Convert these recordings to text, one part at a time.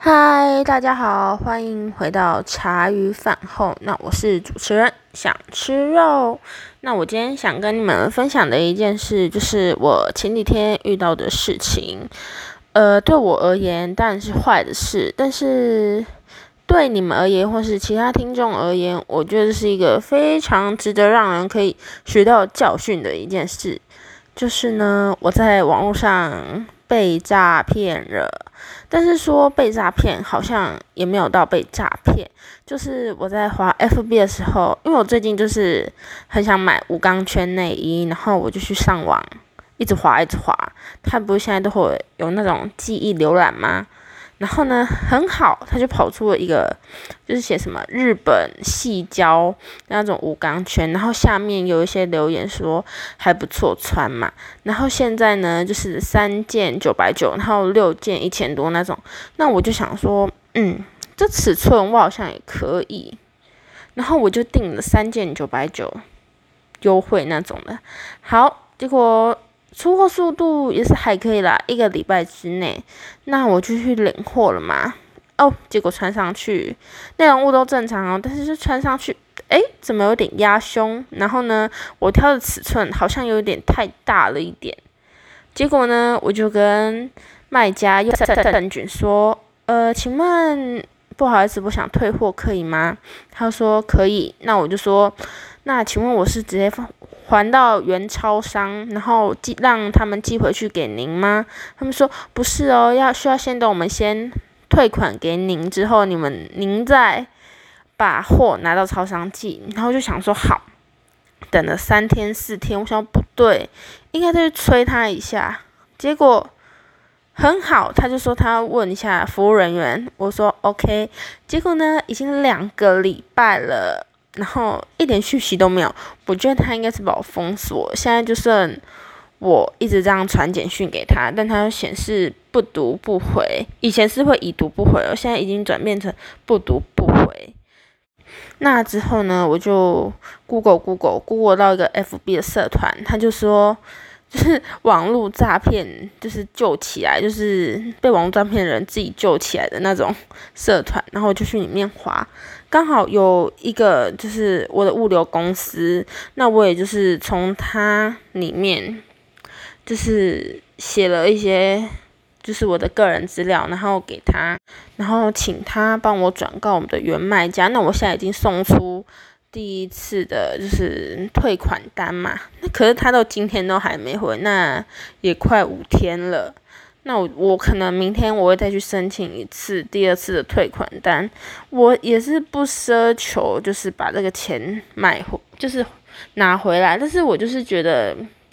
嗨，大家好，欢迎回到茶余饭后。那我是主持人，想吃肉。那我今天想跟你们分享的一件事，就是我前几天遇到的事情。对我而言当然是坏的事，但是对你们而言，或是其他听众而言，我觉得是一个非常值得让人可以学到教训的一件事。就是呢，我在网络上被诈骗了，但是说被诈骗好像也没有到被诈骗。就是我在滑 FB 的时候，因为我最近就是很想买无钢圈内衣，然后我就去上网，一直滑一直滑。它不是现在都会有那种记忆浏览吗？然后呢，很好，他就跑出了一个，就是写什么日本细胶那种无钢圈，然后下面有一些留言说还不错穿嘛，然后现在呢就是3件990，然后6件1000多那种，那我就想说，这尺寸我好像也可以，然后我就订了3件990优惠那种的，好，结果出货速度也是还可以啦，1个礼拜之内，那我就去领货了嘛。结果穿上去，内容物都正常哦，但是穿上去，怎么有点压胸？然后呢，我挑的尺寸好像有点太大了一点。结果呢，我就跟卖家又郑俊说，请问不好意思，我想退货可以吗？他说可以，那我就说，那请问我是直接还到原超商，然后让他们寄回去给您吗？他们说不是哦，需要先等我们先退款给您，之后您再把货拿到超商寄。然后就想说好，等了3天4天，我想不对，应该再去催他一下。结果很好，他就说他要问一下服务人员，我说 OK。结果呢，已经2个礼拜了。然后一点讯息都没有，我觉得他应该是把我封锁。现在就剩我一直这样传简讯给他，但他显示不读不回。以前是会已读不回，现在已经转变成不读不回。那之后呢，我就 Google 到一个 FB 的社团，他就说，就是网络诈骗，就是救起来，就是被网络诈骗的人自己救起来的那种社团，然后我就去里面滑。刚好有一个就是我的物流公司，那我也就是从他里面就是写了一些就是我的个人资料，然后给他，然后请他帮我转告我们的原卖家。那我现在已经送出第一次的就是退款单嘛，那可是他到今天都还没回，那也快5天了。那我可能明天我会再去申请一次第2次的退款单。我也是不奢求就是把这个钱就是拿回来，但是我就是觉得，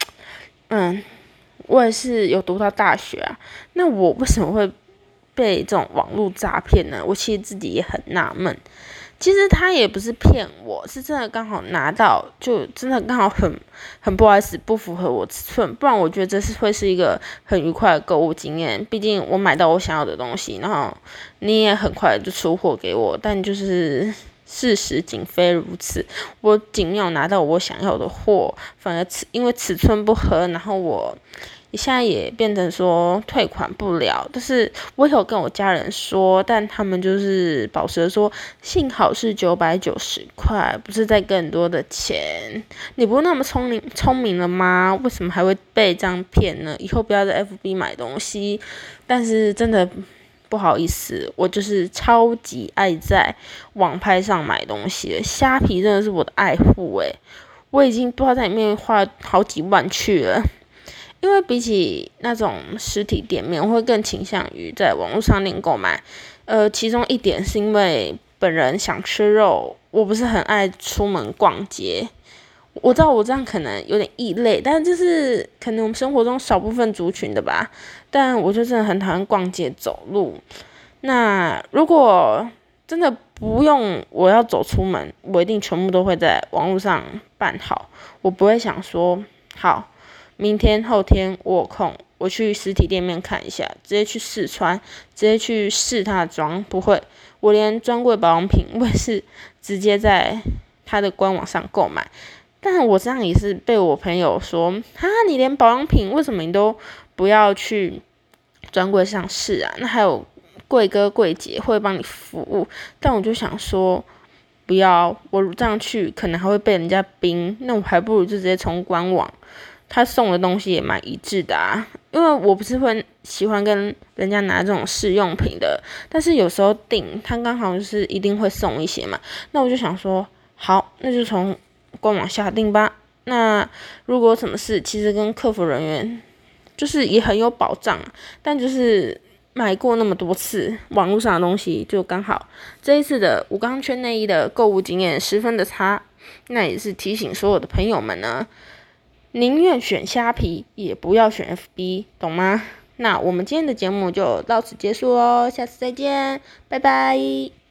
我也是有读到大学啊，那我为什么会被这种网络诈骗呢？我其实自己也很纳闷。其实他也不是骗我，是真的刚好拿到，就真的刚好很不好意思，不符合我尺寸，不然我觉得这会是一个很愉快的购物经验。毕竟我买到我想要的东西，然后你也很快就出货给我，但就是事实仅非如此，我仅没有拿到我想要的货，反而因为尺寸不合，然后我现在也变成说退款不了，但是我有跟我家人说，但他们就是保持着说，幸好是990块，不是再更多的钱。你不是那么聪明了吗？为什么还会被这样骗呢？以后不要在 FB 买东西。但是真的不好意思，我就是超级爱在网拍上买东西的，虾皮真的是我的爱户我已经不知道在里面花好几万去了。因为比起那种实体店面，我会更倾向于在网络上面购买。其中一点是因为本人想吃肉，我不是很爱出门逛街。我知道我这样可能有点异类，但就是可能我们生活中少部分族群的吧。但我就真的很讨厌逛街走路。那如果真的不用我要走出门，我一定全部都会在网络上办好。我不会想说好。明天后天我有空，我去实体店面看一下，直接去试穿，直接去试它的妆，不会，我连专柜保养品我也是直接在它的官网上购买。但我这样也是被我朋友说，你连保养品为什么你都不要去专柜上试啊？那还有柜哥柜姐会帮你服务，但我就想说，不要，我这样去可能还会被人家冰，那我还不如就直接从官网，他送的东西也蛮一致的啊。因为我不是会喜欢跟人家拿这种试用品的，但是有时候订他刚好就是一定会送一些嘛，那我就想说，好，那就从官网下订吧。那如果有什么事，其实跟客服人员就是也很有保障，但就是买过那么多次网络上的东西，就刚好这一次的无钢圈内衣的购物经验十分的差。那也是提醒所有的朋友们呢，宁愿选虾皮，也不要选 FB， 懂吗？那我们今天的节目就到此结束哦，下次再见，拜拜。